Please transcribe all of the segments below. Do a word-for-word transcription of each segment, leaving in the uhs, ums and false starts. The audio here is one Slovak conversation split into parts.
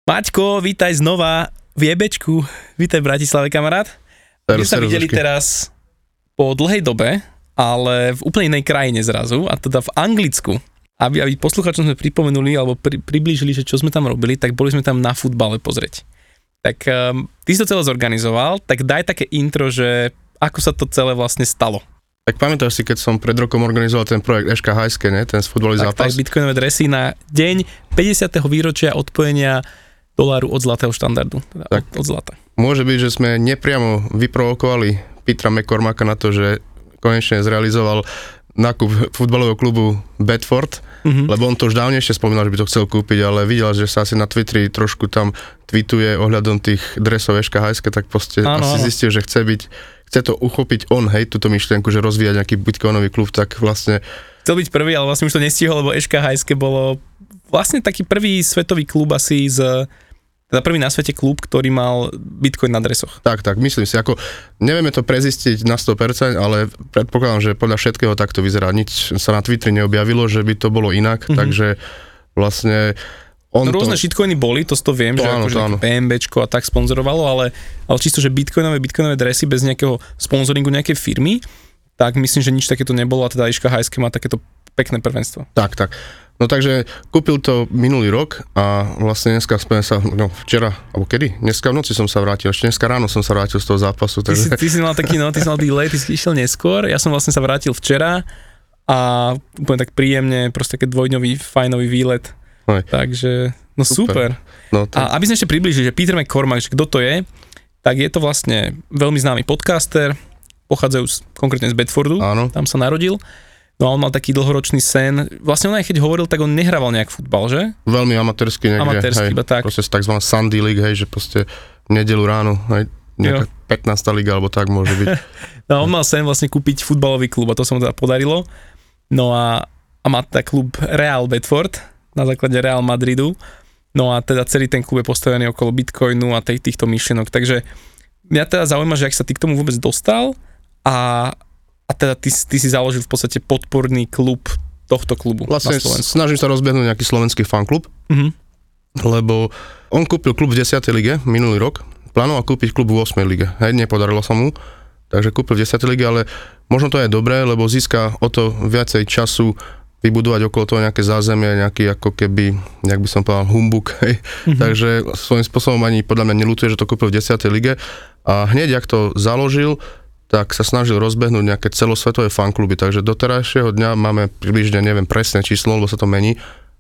Maťko, vítaj znova v Jebečku. Vítaj v Bratislave, kamarát. My sa videli teraz po dlhej dobe, ale v úplne inej krajine zrazu, a teda v Anglicku. Aby, aby posluchačom sme pripomenuli, alebo pri, priblížili, že čo sme tam robili, tak boli sme tam na futbale pozrieť. Tak um, ty si to celé zorganizoval, tak daj také intro, že ako sa to celé vlastne stalo. Tak pamätáš si, keď som pred rokom organizoval ten projekt eška Hajské, ne? Ten futbalový zápas? Tak, bitcoinové dresy na deň päťdesiateho výročia odpojenia doláru od zlatého štandardu, teda tak, od, od zlata. Môže byť, že sme nepriamo vyprovokovali Petra McCormacka na to, že konečne zrealizoval nákup futbalového klubu Bedford, mm-hmm. lebo on to už dávnejšie spomínal, že by to chcel kúpiť, ale videl, že sa asi na Twitteri trošku tam tweetuje ohľadom tých dresov eška Hajské, tak proste áno, asi áno. zistil, že chce byť, chce to uchopiť on, hej, túto myšlienku, že rozvíjať nejaký bitcoinový klub, tak vlastne... Chcel byť prvý, ale vlastne už to nestihol, lebo eška Hajské bolo vlastne taký prvý svetový klub asi z... Teda prvý na svete klub, ktorý mal bitcoin na dresoch. Tak, tak, myslím si, ako nevieme to prezistiť na sto percent, ale predpokladám, že podľa všetkého takto vyzerá. Nič sa na Twitteri neobjavilo, že by to bolo inak, mm-hmm. takže vlastne on no, rôzne to... shitcoiny boli, to to viem, to že áno, akože bé em béčko a tak sponzorovalo, ale, ale čisto, že bitcoinové, bitcoinové dresy bez nejakého sponzoringu nejakej firmy, tak myslím, že nič takéto nebolo a teda eška Hajské má takéto pekné prvenstvo. Tak, tak. No takže kúpil to minulý rok a vlastne dneska sme sa, no včera, alebo kedy? Dneska v noci som sa vrátil, ešte dneska ráno som sa vrátil z toho zápasu. Takže... Ty, si, ty si mal taký, no, ty si mal delay, ty si išiel neskôr, ja som vlastne sa vrátil včera a úplne tak príjemne, proste taký dvojdňový, fajnový výlet. Aj. Takže, no super. super. No, tak... A aby sme ešte priblížili, že Peter McCormack, že kto to je, tak je to vlastne veľmi známy podcaster, pochádzajú z, konkrétne z Bedfordu, áno. Tam sa narodil. No a on mal taký dlhoročný sen. Vlastne on aj keď hovoril, tak on nehrával nejak futbal, že? Veľmi amatérsky niekde. Amatérsky, iba tak. Proste takzvaná Sunday League, hej, že proste v nedeľu ráno, hej, nejaká jo. pätnásta liga, alebo tak môže byť. No on mal sen vlastne kúpiť futbalový klub a to sa mu teda podarilo. No a, a má teda klub Real Bedford na základe Real Madridu. No a teda celý ten klub je postavený okolo bitcoinu a tej, týchto myšlienok. Takže mňa teda zaujíma, že ak sa ty k tomu vôbec dostal a A teda ty, ty si založil v podstate podporný klub tohto klubu vlastne na Slovensku. Snažím sa rozbehnúť nejaký slovenský fanklub, mm-hmm. lebo on kúpil klub v desiatej lige minulý rok, plánoval kúpiť klub v ôsmej lige, hej, nepodarilo sa mu, takže kúpil v desiatej lige, ale možno to je dobré, lebo získa o to viacej času vybudovať okolo toho nejaké zázemie, nejaký ako keby, jak by som povedal, humbuk, hej, mm-hmm. takže svojím spôsobom ani podľa mňa neľutuje, že to kúpil v desiatej lige a hneď, jak to založil, tak sa snažil rozbehnúť nejaké celosvetové fankluby, takže do terajšieho dňa máme približne, neviem presné číslo, lebo sa to mení,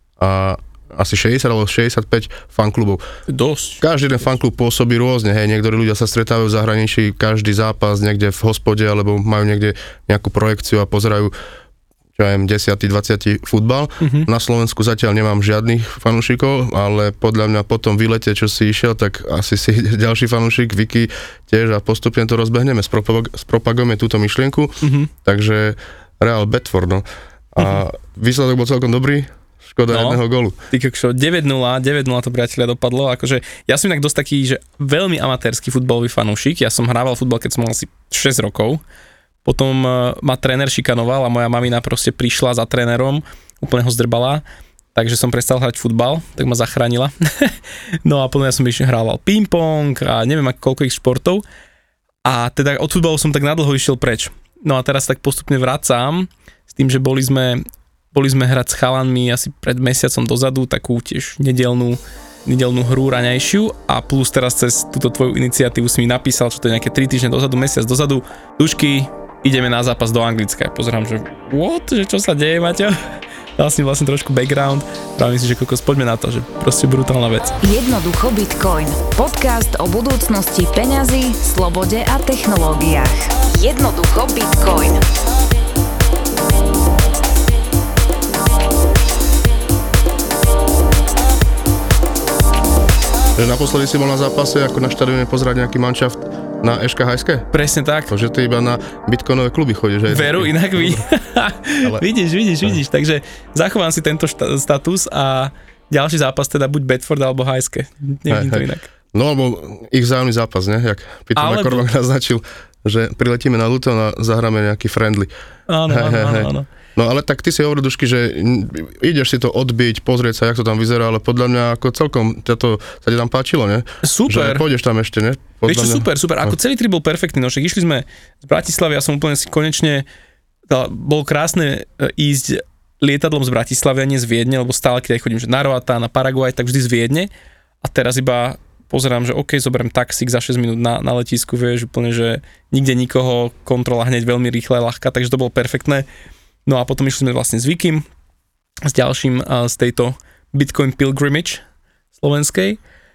a asi šesťdesiat alebo šesťdesiatpäť fanklubov. Dosť. Každý ten fanklub pôsobí rôzne, hej, niektorí ľudia sa stretávajú v zahraničí, každý zápas niekde v hospode, alebo majú niekde nejakú projekciu a pozerajú čo ja viem, desať dvadsať futbal. Mm-hmm. Na Slovensku zatiaľ nemám žiadnych fanúšikov, ale podľa mňa po tom výlete, čo si išiel, tak asi si ďalší fanúšik, Vicky tiež, a postupne to rozbehneme, spropag- spropagujeme túto myšlienku. Mm-hmm. Takže Real Bedford, no. A mm-hmm. výsledok bol celkom dobrý, škoda no, jedného gólu. Ty kokšo, deväť nula, deväť nula to, priatelia, dopadlo. Akože ja som inak dosť taký, že veľmi amatérsky futbalový fanúšik. Ja som hrával futbal, keď som mal asi šesť rokov. Potom ma tréner šikanoval a moja mamina proste prišla za trénerom, úplne ho zdrbala, takže som prestal hrať futbal, tak ma zachránila. No a potom ja som ešte hrával ping-pong a neviem ako koľko ich športov. A teda od futbalu som tak nadlho išiel preč. No a teraz tak postupne vracám s tým, že boli sme, boli sme hrať s chalanmi asi pred mesiacom dozadu, takú tiež nedelnú, nedelnú hru raňajšiu, a plus teraz cez túto tvoju iniciatívu si mi napísal, čo to je nejaké tri týždne dozadu, mesiac dozadu. Dušky, ideme na zápas do Anglicka. Pozerám, že what? Že čo sa deje, Maťo? Dal si vlastne trošku background. Pravím si, že kokos, poďme na to, že proste brutálna vec. Jednoducho Bitcoin. Podcast o budúcnosti peňazí, slobode a technológiách. Jednoducho Bitcoin. Že naposledy si bol na zápase, ako na štadióne pozerať nejaký manšaft na eška Hajské? Presne tak. To, že ty iba na bitcoinové kluby chodíš. Veru, inak ví. Ale... vidíš, vidíš, vidíš. Takže zachovám si tento šta- status a ďalší zápas teda buď Bedford alebo Hajské. Nevidím hej, to hej. inak. No, alebo ich vzájomný zápas, ne? Jak Peter McCormack naznačil, že priletíme na Luton a zahráme nejaký friendly. Áno, hej, áno, hej, áno, hej. áno. No ale tak ty si hovoril, Dušky, že ideš si to odbiť, pozrieť sa, jak to tam vyzerá, ale podľa mňa ako celkom to sa ti tam páčilo, ne? Super. Že pôjdeš tam ešte, ne? Podľa Vieš čo, mňa... super, super. Ako celý trip bol perfektný, no však išli sme z Bratislavy, ja som úplne si konečne, bolo krásne ísť lietadlom z Bratislavy a nie z Viedne, lebo stále, keď aj chodím že na Roatán, na Paraguaj, tak vždy z Viedne. A teraz iba pozerám, že OK, zoberiem taxík za šesť minút na, na letisku, vieš, úplne, že nikde nikoho, kontrola hneď veľmi rýchle, ľahká, takže to bolo perfektné. No a potom išli sme vlastne s Vikim, s ďalším z tejto Bitcoin Pilgrimage slovenskej.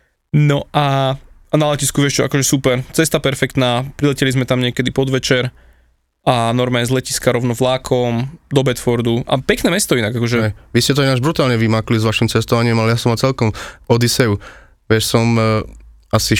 No a, a na letisku, vieš čo, akože super, cesta perfektná, prileteli sme tam niekedy podvečer a normálne z letiska rovno vlákom do Bedfordu a pekné mesto inak, akože. Hej. Vy ste to ináč brutálne vymakli s vašim cestovaním, ale ja som mal celkom odiseu. Vieš, som uh, asi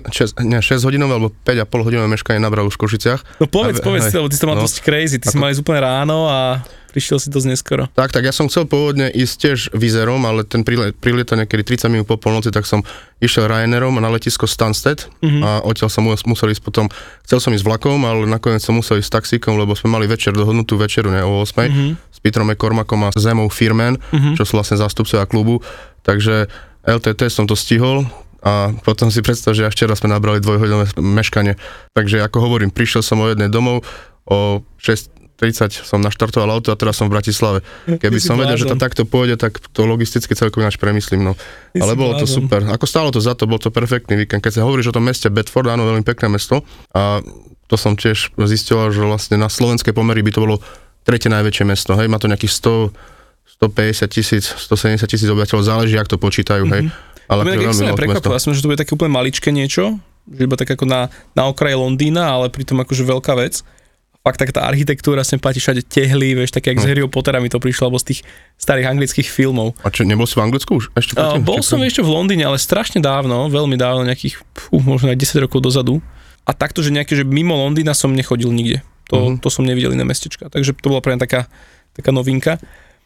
šesť hodinové alebo päť a pol hodinové meškanie nabral už v Košiciach. No povedz, a, povedz, hej, lebo ty si to mal no, dosť crazy, ty ako... si mal ísť úplne ráno a prišiel si dosť neskoro. Tak, tak ja som chcel pôvodne ísť tiež Vizerom, ale ten prilieta niekedy tridsať minút po polnoci, tak som išiel Ryanairom na letisko Stansted mm-hmm. a odtiaľ som musel ísť potom, chcel som ísť vlakom, ale nakoniec som musel ísť s taxíkom, lebo sme mali večer, dohodnutú večeru, ne, o ôsmej mm-hmm. s Petrom McCormackom a Zemou Firman, mm-hmm. čo sú vlastne zástupcovia klubu, takže el té té som to stihol. A potom si predstav, že až včera sme nabrali dvojhodinové meškanie. Takže ako hovorím, prišiel som o jednej domov, o šesť tridsať som naštartoval auto a teraz som v Bratislave. Keby som vedel, že to takto pôjde, tak to logisticky celkom ináč premyslím. No. Ale bolo to super. Ako stálo to za to, bol to perfektný víkend. Keď sa hovoríš o tom meste Bedford, áno, veľmi pekné mesto. A to som tiež zistil, že vlastne na slovenské pomery by to bolo tretie najväčšie mesto. Hej, má to nejakých sto, stopäťdesiat tisíc, stosedemdesiat tisíc obyvateľov, záleží, jak to počítajú, hej. Mm-hmm. Ale to je veľmi prekvapilo, ja som, že to bude také úplne maličké niečo, že iba tak ako na, na okraji Londýna, ale pritom akože veľká vec. Fakt tak tá architektúra sem platí všade tehly, vieš, také jak no. z Harryho Pottera mi to prišlo, alebo z tých starých anglických filmov. A čo, nebol si v Anglicku už? Ešte uh, bol som ešte v Londýne, ale strašne dávno, veľmi dávno, nejakých, pú, možno aj desať rokov dozadu. A takto, že nejaké, že mimo Londýna som nechodil nikde. To, uh-huh. to som nevidel iné mestečka, takže to bola pre mňa taká, taká novinka.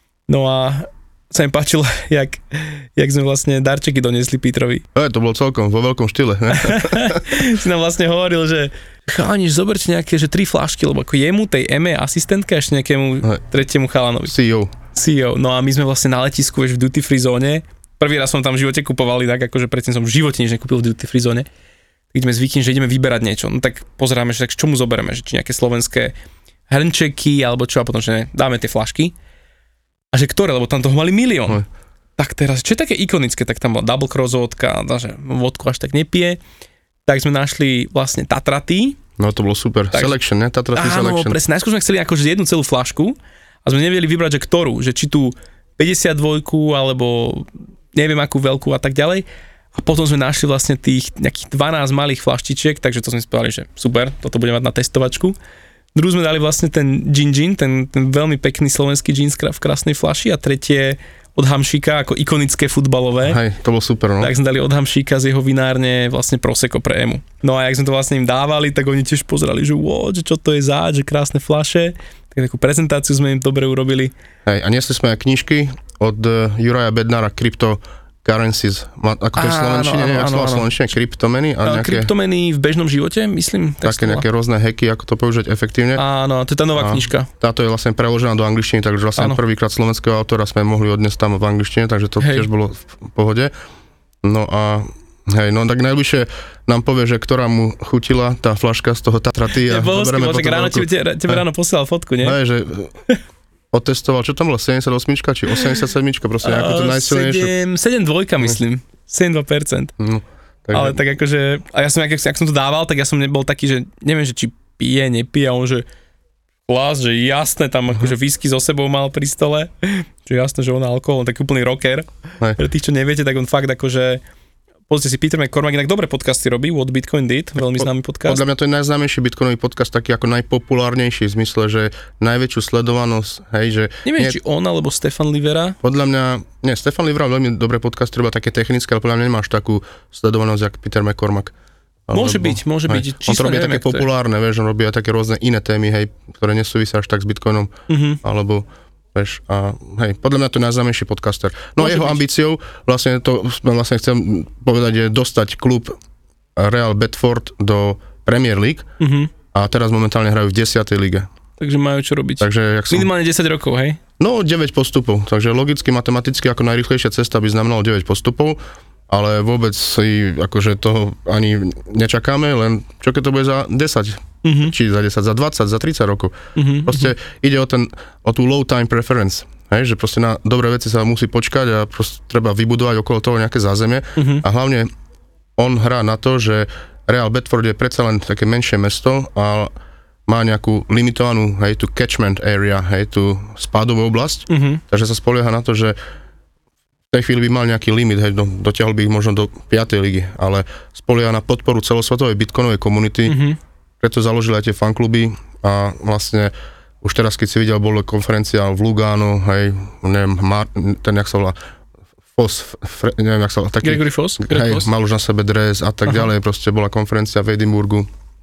No a sa mi páčilo, jak, jak sme vlastne darčeky doniesli Petrovi. E, to bolo celkom vo veľkom štýle. Si nám vlastne hovoril, že chalani, zoberte nejaké, že tri fľašky, lebo ako jemu, tej Eme, asistentke, a ešte nejakému Hej. tretiemu chalanovi. sí í ó. sí í ó. No a my sme vlastne na letisku, vieš, v duty free zóne. Prvý raz som tam v živote kupoval inak, akože predtým som v živote nič nekúpil v duty free zóne. Ideme zvyknúť, že ideme vyberať niečo. No tak pozeráme, že tak čomu zoberieme, že či nejaké slovenské hrnčeky, alebo čo, a potom, že ne, dáme tie fľašky. A že ktoré, lebo tam toho mali milión. Oj. Tak teraz, čo je také ikonické, tak tam bola double cross vodka, že vodku až tak nepije. Tak sme našli vlastne Tatraty. No to bolo super. Tak, selection, ne? Tatraty Selection. Áno, presne. Najskôr sme chceli akože jednu celú fľašku a sme nevedeli vybrať, že ktorú, že či tú päťdesiatdva alebo neviem akú veľkú a tak ďalej. A potom sme našli vlastne tých nejakých dvanásť malých fľaštičiek, takže to sme si povedali, že super, toto budeme mať na testovačku. Druhú sme dali vlastne ten gin gin, ten, ten veľmi pekný slovenský gin v krásnej fľaši a tretie od Hamšíka ako ikonické futbalové. Hej, to bol super, no. Tak sme dali od Hamšíka z jeho vinárne vlastne Prosecco pre Emu. No a jak sme to vlastne im dávali, tak oni tiež pozerali, že wow, že čo to je za, že krásne fľaše. Tak takú prezentáciu sme im dobre urobili. Hej, a niesli sme aj knižky od uh, Juraja Bednára, Crypto Currencies, ako to je v slovenčine, neviem, ako slova v slovenčine, kryptomeny a nejaké... Kryptomeny v bežnom živote, myslím. Také nejaké rôzne hacky, ako to použiť efektívne. Áno, to je tá nová a knižka. Táto je vlastne preložená do angličtiny, takže vlastne áno. Prvýkrát slovenského autora sme mohli odniesť tam v angličtine, takže to hej. Tiež bolo v pohode. No a hej, no tak najbližšie nám povie, že ktorá mu chutila tá fľaška z toho Tatraty a zoberieme potom ráno veľkú. Tebe, tebe ráno posielal fotku, nie? Hej, že... otestoval, čo tam bolo, sedemdesiatosem či osemdesiatsedem, proste nejakú tú najsilnejšiu. sedem dvojka myslím, sedem dva percent. No, takže... Ale tak akože, a ja som, ak, ak som to dával, tak ja som nebol taký, že neviem, že či pije, nepije, a on že klas, že jasné, tam akože whisky so sebou mal pri stole, že jasné, že on alkohol, on taký úplný rocker. Hej. Pre tých, čo neviete, tak on fakt akože pozrite si, Peter McCormack inak dobré podcasty robí, What Bitcoin Did, veľmi známy podcast. Podľa mňa to je najznámejší bitcoinový podcast, taký ako najpopulárnejší v zmysle, že najväčšiu sledovanosť, hej, že... Neviem, nie, či on alebo Stefan Livera. Podľa mňa, nie, Stefan Livera veľmi dobré podcasty, robia také technické, ale podľa mňa nemáš takú sledovanosť, jak Peter McCormack. Alebo, môže byť, môže hej, byť. Čísla, on to robí také populárne, vieš, on robí aj také rôzne iné témy, hej, ktoré nesúvisia až tak s bitcoinom, mm-hmm. alebo... Veš, a hej, podľa mňa to je najznámejší podcaster. No a jeho byť. ambíciou, vlastne to vlastne chcem povedať, je dostať klub Real Bedford do Premier League, mm-hmm. a teraz momentálne hrajú v desiatej lige. Takže majú čo robiť. Takže, jak som... Minimálne desať rokov, hej? No, deväť postupov, takže logicky, matematicky ako najrýchlejšia cesta by znamenalo deväť postupov, ale vôbec si akože toho ani nečakáme, len čo keď to bude za desať, uh-huh. či za desať, za dvadsať, za tridsať rokov. Uh-huh. Proste uh-huh. ide o, ten, o tú low time preference, hej, že proste na dobré veci sa musí počkať a proste treba vybudovať okolo toho nejaké zázemie uh-huh. a hlavne on hrá na to, že Real Bedford je predsa len také menšie mesto a má nejakú limitovanú, hej, tú catchment area, hej, tú spádovú oblasť, uh-huh. takže sa spolieha na to, že v tej chvíli by mal nejaký limit, hej, do, dotiahol by ich možno do piatej ligy, ale spolieha na podporu celosvetovej bitcoinovej komunity, uh-huh. preto založili aj tie fankluby a vlastne už teraz, keď si videl, bola konferencia v Lugano, hej, neviem, Mar- ten, jak sa volá, Foss, Fre- neviem, jak sa volá, taký, Gregory Foss? hej, Foss? mal už na sebe dres a tak uh-huh. ďalej, proste bola konferencia v Edinburgu,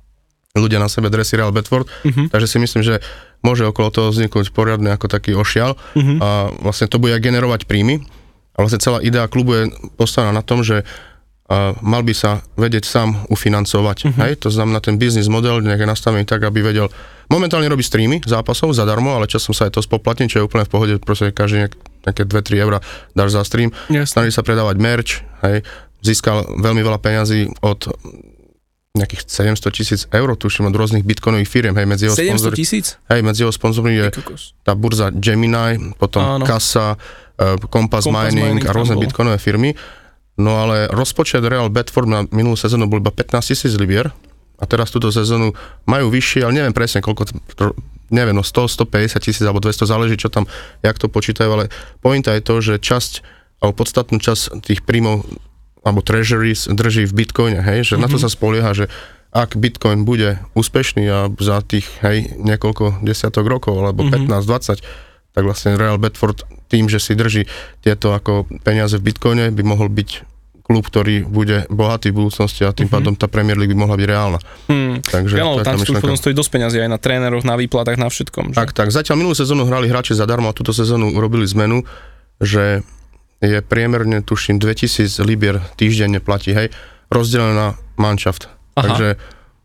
ľudia na sebe dresy Real Bedford, uh-huh. takže si myslím, že môže okolo toho vzniknúť poriadne ako taký ošial uh-huh. a vlastne to bude generovať príjmy a vlastne celá idea klubu je postavená na tom, že uh, mal by sa vedieť sám ufinancovať, uh-huh. hej, to znamená ten biznis model nejak je nastavený tak, aby vedel, momentálne robí streamy zápasov zadarmo, ale časom sa aj to spoplatní, čo je úplne v pohode, proste každý nejak, nejaké dva tri eurá dáš za stream, snaží sa predávať merch, hej, získal veľmi veľa peňazí od nejakých sedemsto tisíc eur, tuším, od rôznych bitcoinových firiem, hej, medzi jeho sedemsto tisíc? Hej, medzi jeho sponzormi je tá burza Gemini, potom Áno. Kasa, uh, Compass, Compass Mining, Mining a rôzne bitcoinové firmy. No ale rozpočet Real Bedford na minulú sezónu bol iba pätnásť tisíc libier a teraz túto sezónu majú vyššie, ale neviem presne koľko, neviem, no sto, stopäťdesiat tisíc alebo dvesto, záleží čo tam, jak to počítajú, ale pointa je to, že časť, alebo podstatnú časť tých príjmov alebo treasuries drží v bitcoine, hej, že mm-hmm. na to sa spolieha, že ak bitcoin bude úspešný a za tých, hej, niekoľko desiatok rokov, alebo mm-hmm. pätnásť dvadsať, tak vlastne Real Bedford tým, že si drží tieto ako peniaze v bitcoine, by mohol byť klub, ktorý bude bohatý v budúcnosti a tým mm-hmm. pádom tá Premier League by mohla byť reálna. Hmm. Takže Gano, tam sú potom stojí dosť peniazy aj na tréneroch, na výplatách, na všetkom. Že? Tak, tak, zatiaľ minulú sezónu hrali hráči zadarmo a túto sezónu urobili zmenu, že je priemerne, tuším, dvetisíc libier týždenne platí, hej, rozdelené na manšaft. Takže,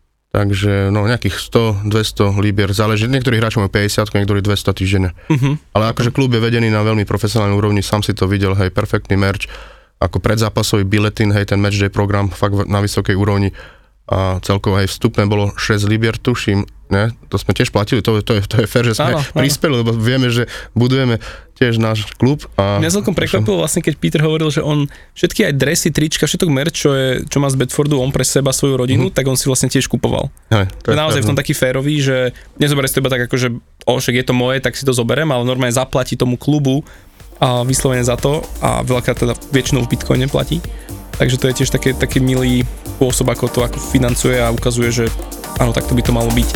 takže, no, nejakých sto dvesto libier, záleží, niektorí hráči majú päťdesiat, niektorí dvesto týždenne. Uh-huh. Ale akože klub je vedený na veľmi profesionálnej úrovni, sám si to videl, hej, perfektný merch, ako predzápasový biletín, hej, ten matchday program, fakt na vysokej úrovni a celkovo, hej, vstupné bolo šesť libier, tuším, ne, to sme tiež platili, to, to, je, to je fér, že sme áno, prispeli, áno. lebo vieme, že budujeme tiež náš klub. A mňa celkom prekvapilo vlastne, keď Peter hovoril, že on všetky aj dresy, trička, všetko merch, čo, je, čo má z Bedfordu, on pre seba, svoju rodinu, mm. tak on si vlastne tiež kupoval. Hej, to je naozaj v tom taký férový, že nezoberie si to iba tak ako, že o, však je to moje, tak si to zoberiem, ale normálne zaplatí tomu klubu a vyslovene za to a veľakrát teda väčšinou v bitcoine platí. Takže to je tiež taký, taký milý spôsob, ako to ako financuje a ukazuje, že áno, tak to by to malo byť.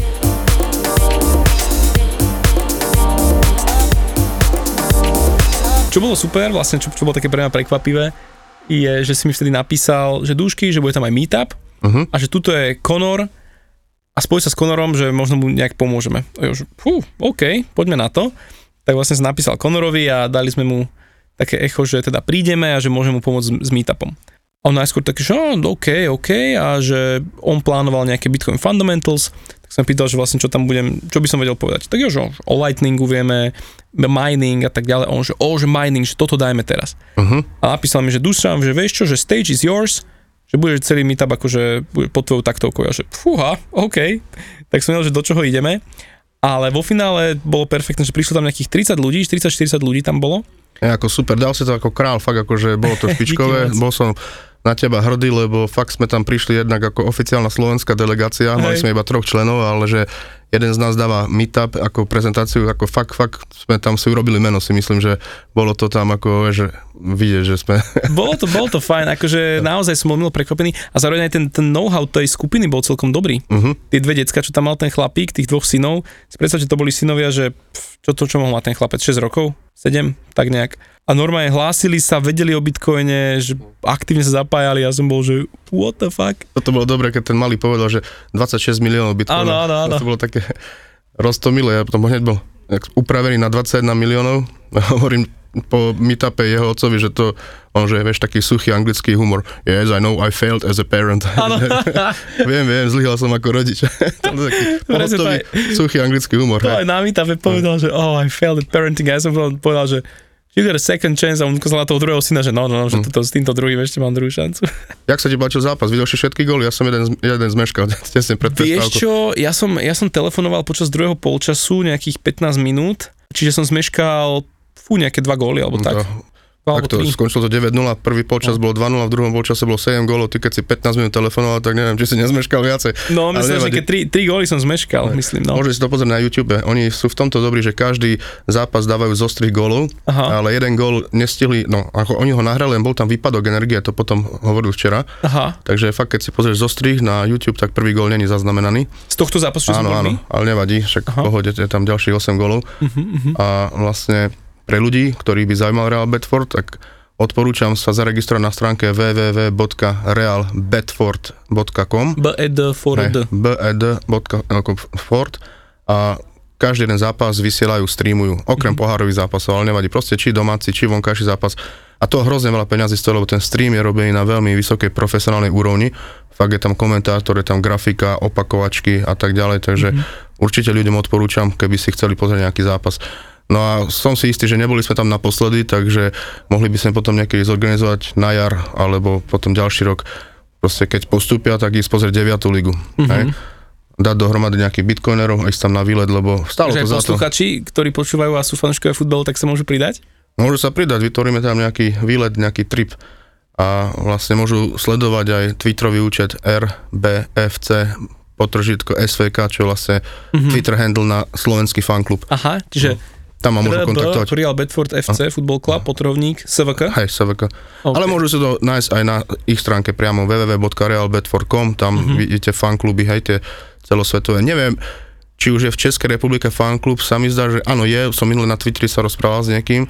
Čo bolo super, vlastne čo, čo bolo také pre mňa prekvapivé, je, že si mi vtedy napísal, že dúšky, že bude tam aj meetup uh-huh. a že tuto je Conor a spoj sa s Conorom, že možno mu nejak pomôžeme. A ja, že fú, OK, poďme na to. Tak vlastne som napísal Conorovi a dali sme mu také echo, že teda prídeme a že môžem mu pomôcť s, s meetupom. A on najskôr taký, že oh, OK, OK, a že on plánoval nejaké Bitcoin fundamentals, tak som pýtal, že vlastne čo tam budem, čo by som vedel povedať. Tak jo, že o Lightningu vieme, mining a tak ďalej, a on že, oh, že mining, že toto dajme teraz. Uh-huh. A napísal mi, že Dušan, že vieš čo, že stage is yours, že bude celý meetup akože pod tvojou taktovkou. Ja že fúha, OK, tak som vedel, že do čoho ideme, ale vo finále bolo perfektné, že prišlo tam nejakých tridsať ľudí, tridsať štyridsať ľudí tam bolo. Ja, ako super, dal si to ako král, fakt akože bolo to špičkové, bol som na teba hrdý, lebo fakt sme tam prišli jednak ako oficiálna slovenská delegácia, mali sme iba troch členov, ale že jeden z nás dáva meetup ako prezentáciu, ako fakt, fakt sme tam si urobili meno, si myslím, že bolo to tam ako, že vidieť, že sme... Bolo to, bolo to fajn, akože naozaj som bol milo prekvapený a zároveň aj ten, ten know-how tej skupiny bol celkom dobrý. Uh-huh. Tie dve decka, čo tam mal ten chlapík, tých dvoch synov, si predstav, že to boli synovia, že pff, čo to, čo mohol mať ten chlapec, šesť rokov, sedem, tak nejak. A normálne hlásili sa, vedeli o Bitcoine, že aktívne sa zapájali a ja som bol, že what the fuck. Toto bolo dobré, keď ten malý povedal, že dvadsaťšesť miliónov Bitcoinov. Áno, áno, áno. To bolo také roztomilé, ja potom hneď bol upravený na dvadsaťjeden miliónov a hovorím po meetupe jeho otcovi, že to On, že vieš, taký suchý anglický humor. Yes, I know I failed as a parent. viem, viem, zlyhal som ako rodič. To je taký pohotový, suchý anglický humor. To aj nám tam povedal, že oh, I failed at parenting. A ja som povedal, že you got a second chance a on ukázal na toho druhého syna, že no, no, no, že toto, s týmto druhým ešte mám druhú šancu. Jak sa ti páčil zápas? Videl si všetky góly? Ja som jeden, jeden zmeškal, tesne pred prestávkou. Vieš čo, ja som, ja som telefonoval počas druhého polčasu nejakých pätnásť minút, čiže som zmeškal fú, nejaké dva góly, alebo no tak. Tak to skončilo to deväť nula, prvý polčas no. bolo dva nula, v druhom polčase bolo sedem gólov, ty keď si pätnásť minút telefonoval, tak neviem, či si nezmeškal viacej. No, myslím, že keď tri góly som zmeškal, no. myslím, no. Môžeš si to pozrieť na YouTube, oni sú v tomto dobrí, že každý zápas dávajú zo ostrých gólov, Aha. ale jeden gól nestihli, no, ako oni ho nahrali, len bol tam výpadok energie, to potom hovoril včera. Aha. Takže fakt, keď si pozrieš zo ostrých na YouTube, tak prvý gól není zaznamenaný. Z tohto zápasu, čo áno, áno, ale nevadí, však v pohode, je tam ďalších osem gólov. Uh-huh, uh-huh. A vlastne pre ľudí, ktorí by zaujímal Real Bedford, tak odporúčam sa zaregistrovať na stránke w w w bodka real bedford bodka com B E D Ford B E D Ford a každý jeden zápas vysielajú, streamujú, okrem mm. pohárových zápasov, ale nevadí, proste či domáci, či vonkajší zápas. A to hrozne veľa peňazí stojí, lebo ten stream je robený na veľmi vysokej profesionálnej úrovni. Fakt je tam komentátor, je tam grafika, opakovačky a tak ďalej, takže mm. určite ľuďom odporúčam, keby si chceli pozrieť nejaký zápas. No a som si istý, že neboli sme tam naposledy, takže mohli by sme potom niekedy zorganizovať na jar, alebo potom ďalší rok, proste keď postúpia, tak ísť pozrieť deviatu ligu. Mm-hmm. Hej? Dať dohromady nejakých bitcoinerov a ísť tam na výlet, lebo stálo to za to. Posluchači, ktorí počúvajú a sú fanúšikovia futbalu, tak sa môžu pridať? Môžu sa pridať, vytvoríme tam nejaký výlet, nejaký trip a vlastne môžu sledovať aj Twitterový účet R B F C potržítko S V K, čo je vlastne mm-hmm. Twitter handle na slovenský fanklub. Aha, čiže no. Tam ma môžu kontaktovať. Real Bedford F C, Football Club, potrovník, S V K? Hej, S V K. Okay. Ale môžu si to nájsť aj na ich stránke priamo w w w bodka real bedford bodka com, tam mm-hmm. vidíte fankluby, hej, tie celosvetové. Neviem, či už je v Českej republike fanklub, sa mi zdá, že áno je, som minulé na Twitteri sa rozprával s niekým,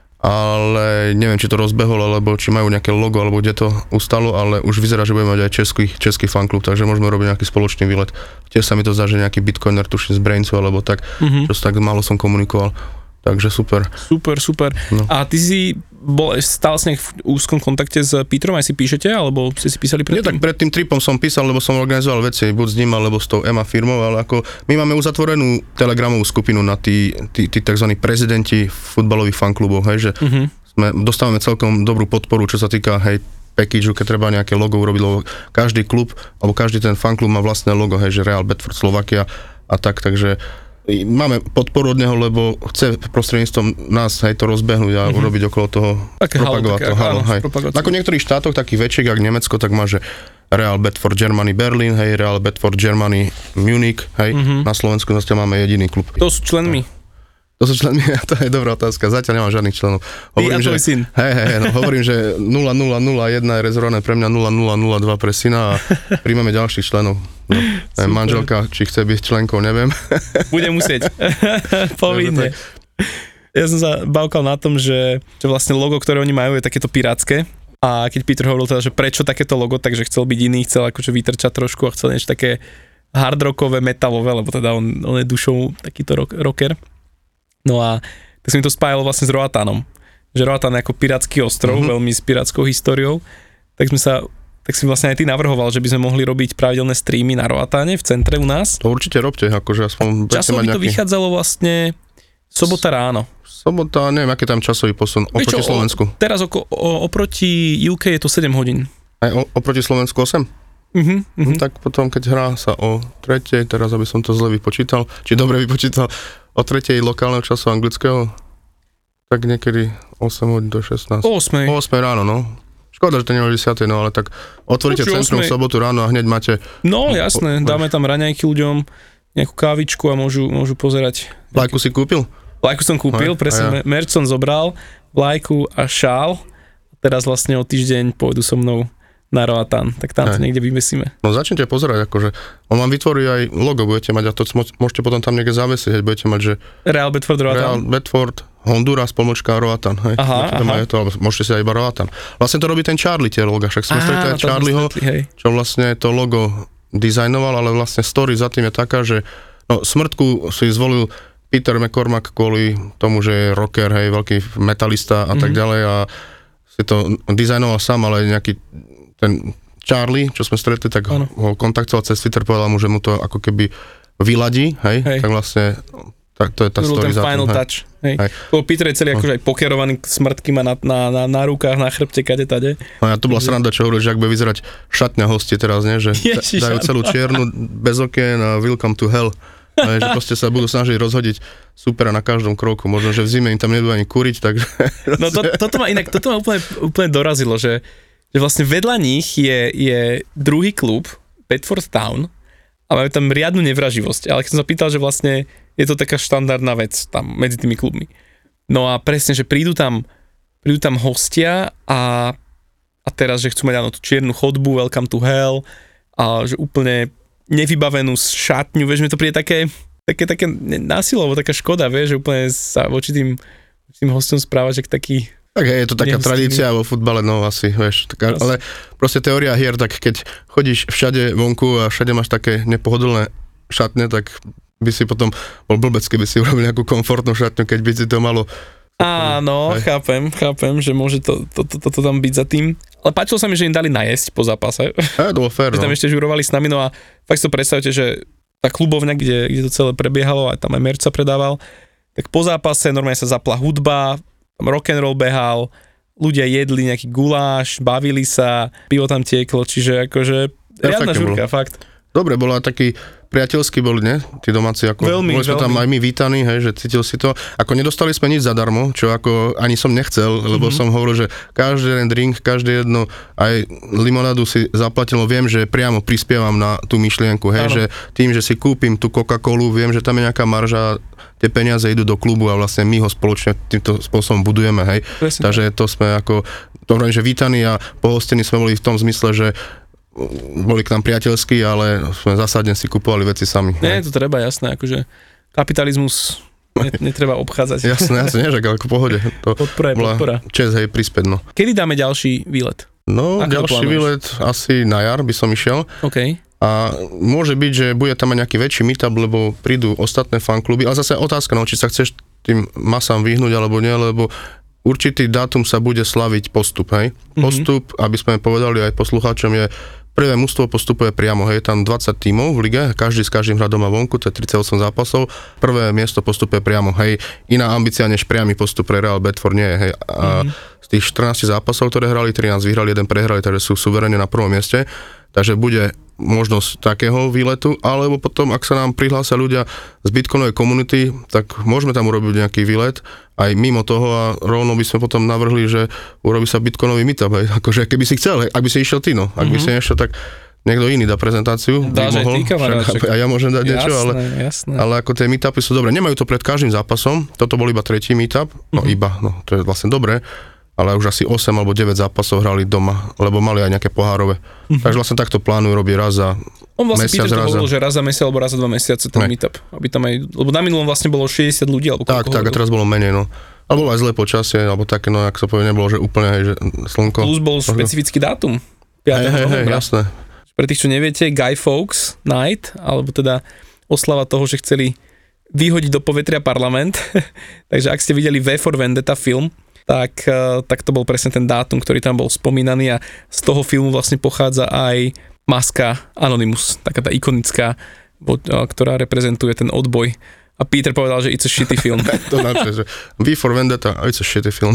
ale neviem, či to rozbehol, alebo či majú nejaké logo, alebo kde to ustalo, ale už vyzerá, že budeme mať aj český, český fanklub, takže môžeme robiť nejaký spoločný výlet. Tiež sa mi to zdá, že nejaký bitcoiner, tuším z Braincu, alebo tak, mm-hmm. čo tak málo som komunikoval. Takže super. Super, super. No. A ty si bol stále v úzkom kontakte s Petrom, aj si píšete, alebo ste si písali predtým? Nie, tak pred tým tripom som písal, lebo som organizoval veci, buď s ním, alebo s tou E M A firmou, ale ako my máme uzatvorenú telegramovú skupinu na tí, tí, tí tzv. Prezidenti futbalových fanklubov, hej, že uh-huh. sme, dostávame celkom dobrú podporu, čo sa týka, hej, packageu, keď treba nejaké logo urobiť, lebo každý klub, alebo každý ten fanklub má vlastné logo, hej, že Real Bedford Slovakia a tak, takže máme podporu od neho, lebo chce prostredníctvom nás aj to rozbehnúť a mm-hmm. urobiť okolo toho, také propagovať halo, to. Halo, hej. Ako v niektorých štátoch, takých väčších, ako Nemecko, tak má, že Real Bedford Germany Berlin, hej, Real Bedford Germany Munich, hej, mm-hmm. na Slovensku zase máme jediný klub. To sú členmi. To sú členmi, to je dobrá otázka, zatiaľ nemám žiadnych členov. Hovorím, Ty a tvoj že, syn. Hej, hej, no, hovorím, že nula nula nula jeden je rezervované pre mňa, nula nula nula dva pre syna a príjmeme ďalších členov. No, manželka, či chce byť členkou, neviem. Bude musieť. Povinne. Ja som sa bavkal na tom, že, že vlastne logo, ktoré oni majú, je takéto pirátske. A keď Peter hovoril teda, že prečo takéto logo, takže chcel byť iný, chcel akože vytrčať trošku a chcel niečo také hardrockové, metalové, lebo teda on, on je dušou takýto rock, rocker. No a tak som mi to spájalo vlastne s Roatánom. Že Roatán je ako pirátsky ostrov, mm-hmm. veľmi s pirátskou históriou. Tak sme sa, tak si vlastne aj ty navrhoval, že by sme mohli robiť pravidelné streamy na Roatáne v centre u nás. To určite robte, akože aspoň... Časovo by to nejaký... vychádzalo vlastne sobota ráno. Sobota, neviem, aký tam časový posun oproti čo, Slovensku. O, teraz oko, o, oproti U K je to sedem hodín. Aj o, oproti Slovensku osem? Uh-huh, uh-huh. No, tak potom, keď hrá sa o tretej, teraz aby som to zle vypočítal, či dobre vypočítal, o tretej lokálneho času anglického, tak niekedy osem hodín do šestnásť. O ôsmej. O ôsmej ráno, no. Škoda, že to nie o desiatej, no ale tak otvoríte centrum v sobotu ráno a hneď máte... No jasné, dáme tam raňajky ľuďom, nejakú kávičku a môžu, môžu pozerať. Vlajku si kúpil? Vlajku som kúpil, aj, presne, ja. merch som zobral, vlajku a šál. Teraz vlastne o týždeň pôjdu so mnou na Roatán, tak tam to niekde vymyslíme. No začnite pozerať, akože on vám vytvorí aj logo, budete mať a to môžete potom tam niekde zavesiť, budete mať, že Real Bedford Roatán. Real Bedford, Honduras, pomlčka Roatán, hej. Aha, aha. Aj to, môžete si aj iba Roatán. Vlastne to robí ten Charlie, tie loga, však sme stretli aj Charlieho, čo vlastne to logo dizajnoval, ale vlastne story za tým je taká, že no, smrtku si zvolil Peter McCormack kvôli tomu, že je rocker, hej, veľký metalista a mm. tak ďalej a si to dizajnoval sám, ale nejaký ten Charlie, čo sme stretli, tak ano. ho kontaktoval cez Twitter, povedal mu, že mu to ako keby vyladí, hej, hej. tak vlastne tak to je tá story za tým. Final touch, hej. hej. To Peter je celý akože aj pokerovaný smrtký má na, na, na, na rukách, na chrbte, kade tade. No a to bola sranda, čo hovorí, že ak bude vyzerať šatňa hostie teraz, nie, že Ježiš, dajú celú čiernu bez okien a welcome to hell. Ale že proste sa budú snažiť rozhodiť supera na každom kroku. Možno, že v zime im tam nebudú ani kuriť, takže... No to, toto ma inak, toto ma úplne, úplne dorazilo, že že vlastne vedľa nich je, je druhý klub, Bedford Town, a majú tam riadnu nevraživosť. Ale keď som sa pýtal, že vlastne je to taká štandardná vec tam medzi tými klubmi. No a presne, že prídu tam, prídu tam hostia a, a teraz, že chcú mať áno tú čiernu chodbu, welcome to hell, a že úplne nevybavenú šatňu, vieš, mi to príde také, také, také násilovo, taká škoda, vieš, že úplne sa voči tým, tým hostom správa, že taký... Tak je to taká tradícia vo futbale, no asi, vieš, taká, ale proste teória hier, tak keď chodíš všade vonku a všade máš také nepohodlné šatne, tak by si potom bol blbec, keby si urobil nejakú komfortnú šatňu, keď by si to malo... Áno, aj. chápem, chápem, že môže to, to, to, to, to tam byť za tým, ale páčilo sa mi, že im dali najesť po zápase. Ja, to bolo fér, že tam no. ešte žurovali s nami, no a fakt si to predstavte, že tá klubovňa, kde, kde to celé prebiehalo, a tam aj merch sa predával, tak po zápase normálne sa zapla hudba, rock'n'roll behal, ľudia jedli nejaký guláš, bavili sa, pivo tam tieklo, čiže akože riadna žurka, fakt. Dobre, bola taký priateľský boli, ne? Tí domáci, ako veľmi, boli sme veľmi. tam aj my vítaní, hej, že cítil si to. Ako nedostali sme nič zadarmo, čo ako ani som nechcel, lebo mm-hmm. som hovoril, že každý jeden drink, každé jedno, aj limonádu si zaplatil, viem, že priamo prispievam na tú myšlienku, hej, ano. Že tým, že si kúpim tú Coca-Colu, viem, že tam je nejaká marža, tie peniaze idú do klubu a vlastne my ho spoločne týmto spôsobom budujeme, hej. Presne. Takže to sme ako, to hovorím, že vítaní a pohostení sme boli v tom zmysle, že boli k nám priateľskí, ale sme zásadne si kupovali veci sami. Nie, to treba, jasné, akože kapitalizmus netreba obchádzať. Jasné, jasné, nie, že ako pohode. To podpora je podpora. Čes, hej, prispäť, no. Kedy dáme ďalší výlet? No, ako ďalší výlet asi na jar by som išiel. OK. A môže byť, že bude tam aj nejaký väčší meetup, lebo prídu ostatné fankluby, ale zase otázka, no, či sa chceš tým masám vyhnúť, alebo nie, lebo určitý dátum sa bude slaviť postup, hej. Mm-hmm. Postup, aby sme povedali aj poslucháčom, je prvé mužstvo postupuje priamo, hej, tam dvadsať tímov v lige, každý s každým hrá doma vonku, to je tridsaťosem zápasov, prvé miesto postupuje priamo, hej, iná ambícia než priamy postup pre Real Bedford nie je, hej, a mm-hmm. z tých štrnásť zápasov, ktoré hrali, trinásť vyhrali, jeden prehrali, takže sú suverene na prvom mieste, takže bude možnosť takého výletu, alebo potom, ak sa nám prihlásia ľudia z bitcoinovej komunity, tak môžeme tam urobiť nejaký výlet, aj mimo toho a rovno by sme potom navrhli, že urobí sa bitcoinový meetup, hej, akože keby si chcel, hej, ak by si išiel ty, no, ak mm-hmm. by si nešiel, tak niekto iný dá prezentáciu, Dáš aj ty, kamarát, a ja môžem dať niečo, ale, jasné. ale ako tie meetupy sú dobré, nemajú to pred každým zápasom, toto bol iba tretí meetup, no mm-hmm. iba, no to je vlastne dobré, ale už asi osem alebo deväť zápasov hrali doma, lebo mali aj nejaké pohárové. Mm-hmm. Takže vlastne takto plánujú robiť raz za On vlastne mesiac, Peter to raz hovoril, že raz za mesiac alebo raz za dva mesiace ten meetup. Aby tam aj, lebo na minulom vlastne bolo šesťdesiat ľudí, alebo tak, tak, a teraz bolo menej, no. Alebo aj zlé počasie, alebo také, no, ak sa povie, nebolo, že úplne, hej, že slnko. Plus bol možno špecifický dátum. Hej, hej, hej, jasné. Pre tých, čo neviete, Guy Fawkes Night, alebo teda oslava toho, že chceli vyhodiť do povetria parlament. Takže ak ste videli V for Vendetta film, tak, tak to bol presne ten dátum, ktorý tam bol spomínaný a z toho filmu vlastne pochádza aj maska Anonymous, taká tá ikonická, ktorá reprezentuje ten odboj. A Peter povedal, že it's a shitty film. To napríklad, že V for Vendetta, it's a shitty film.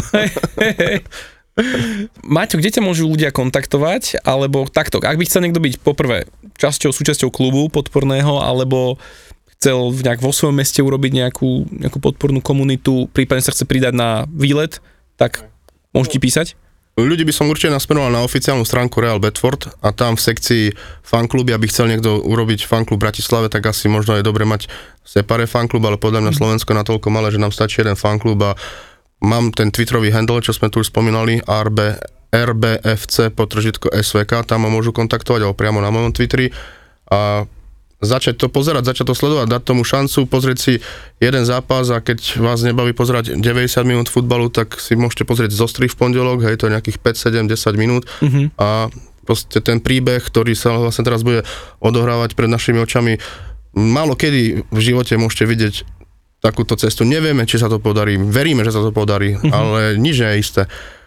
Maťo, kde ťa môžu ľudia kontaktovať, alebo takto, ak by chcel niekto byť poprvé časťou, súčasťou klubu podporného, alebo chcel nejak vo svojom meste urobiť nejakú, nejakú podpornú komunitu, prípadne sa chce pridať na výlet, tak môžete písať? Ľudí by som určite nasmeroval na oficiálnu stránku Real Bedford a tam v sekcii fankluby, aby chcel niekto urobiť fanklub v Bratislave, tak asi možno je dobre mať separé fanklub, ale podľa mňa mm. Slovensko je natoľko malé, že nám stačí jeden fanklub a mám ten twitterový handle, čo sme tu už spomínali, R B, R B F C potržitko S V K, tam ma môžu kontaktovať alebo priamo na mojom Twitteri a začať to pozerať, začať to sledovať, dať tomu šancu, pozrieť si jeden zápas a keď vás nebaví pozerať deväťdesiat minút futbalu, tak si môžete pozrieť zostrih v pondelok, hej, to je nejakých päť, sedem, desať minút mm-hmm. a proste ten príbeh, ktorý sa vlastne teraz bude odohrávať pred našimi očami, málo kedy v živote môžete vidieť takúto cestu. Nevieme, či sa to podarí, veríme, že sa to podarí, mm-hmm. ale nič nie je isté.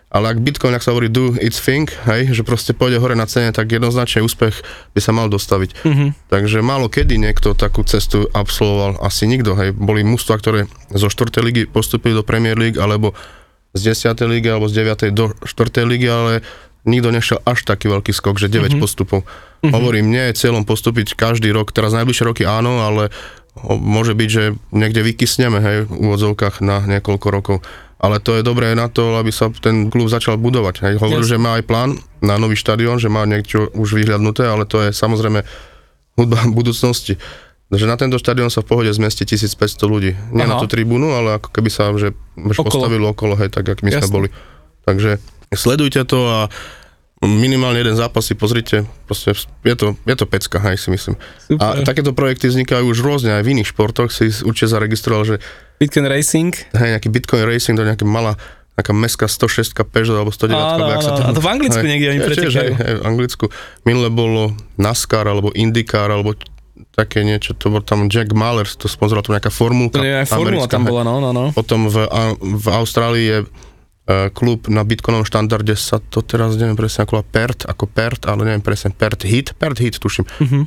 Ale ak Bitcoin, ak sa hovorí do its thing, hej, že proste pôjde hore na cene, tak jednoznačne úspech by sa mal dostaviť. Mm-hmm. Takže málo kedy niekto takú cestu absolvoval, asi nikto, hej. Boli mužstvá, ktoré zo štvrtej ligy postúpili do Premier League, alebo z desiatej ligy, alebo z deviatej do štvrtej ligy, ale nikto nešiel až taký veľký skok, že deväť mm-hmm. postupov. Mm-hmm. Hovorím, nie je cieľom postúpiť každý rok, teraz najbližšie roky áno, ale môže byť, že niekde vykysneme, hej, v úvodzovkách na niekoľko rokov. Ale to je dobré na to, aby sa ten klub začal budovať. Hej. Hovoril, yes. že má aj plán na nový štadión, že má niečo už vyhľadnuté, ale to je samozrejme hudba budúcnosti. Takže na tento štadión sa v pohode zmestí tisícpäťsto ľudí. Nie Aha. na tú tribúnu, ale ako keby sa že okolo. postavilo okolo, hej, tak jak my Jasne. sme boli. Takže sledujte to a minimálne jeden zápas si pozrite, proste je to, je to pecka, hej, si myslím. Super. A takéto projekty vznikajú už rôzne aj v iných športoch, si určite zaregistroval, že Bitcoin Racing? Hej, nejaký Bitcoin Racing, to nejaká malá, nejaká mestská sto šesť Peugeot alebo sto deväť. Áno, áno, sa a to v Anglicku hej, niekde oni pretekajú. Hej, v Anglicku. Minule bolo NASCAR alebo IndyCar alebo také niečo, to bol tam Jack Mahler, to sponzoroval tam nejaká formulka. To je aj formula tam bola, no, no, no. Potom v, v Austrálii je uh, klub na Bitcoinovom štandarde, sa to teraz neviem presne ako PERT, ako PERT, ale neviem presne, PERT Hit, PERT Hit tuším. Uh-huh.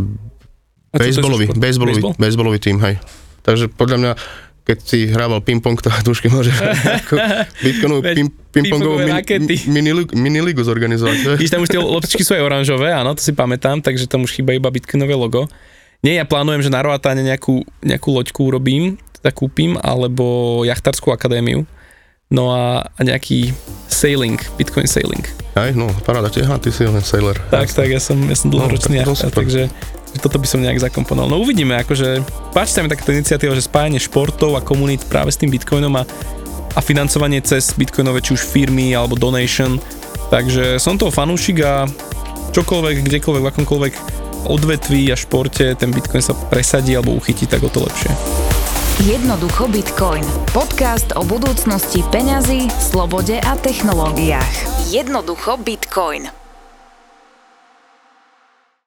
Baseballový, baseballový, Baseball? baseballový tým, hej. Takže podľa mňa keď si hrával ping-pong, to tušky môže Bitcoinovú ping, ping-pongovú mini, mini, mini ligu zorganizovať. Víš, tam už tie loptičky sú aj oranžové, áno, to si pamätám, takže tam už chýba iba Bitcoinové logo. Nie, ja plánujem, že na Roatáne nejakú, nejakú loďku urobím, teda kúpim, alebo jachtarskú akadémiu, no a, a nejaký sailing, Bitcoin sailing. Aj, no, paráda, aha, ty si len sailor. Tak, tak, ja som, ja som dlhoročný no, jachtar, takže toto by som nejak zakomponoval. No uvidíme, akože páči sa mi takáto iniciatíva, že spájanie športov a komunít práve s tým Bitcoinom a, a financovanie cez Bitcoinové, či už firmy alebo donation. Takže som toho fanúšik a čokoľvek, kdekoľvek, v akomkoľvek odvetví a športe ten Bitcoin sa presadí alebo uchytí, tak o to lepšie. Jednoducho Bitcoin. Podcast o budúcnosti peňazí, slobode a technológiách. Jednoducho Bitcoin.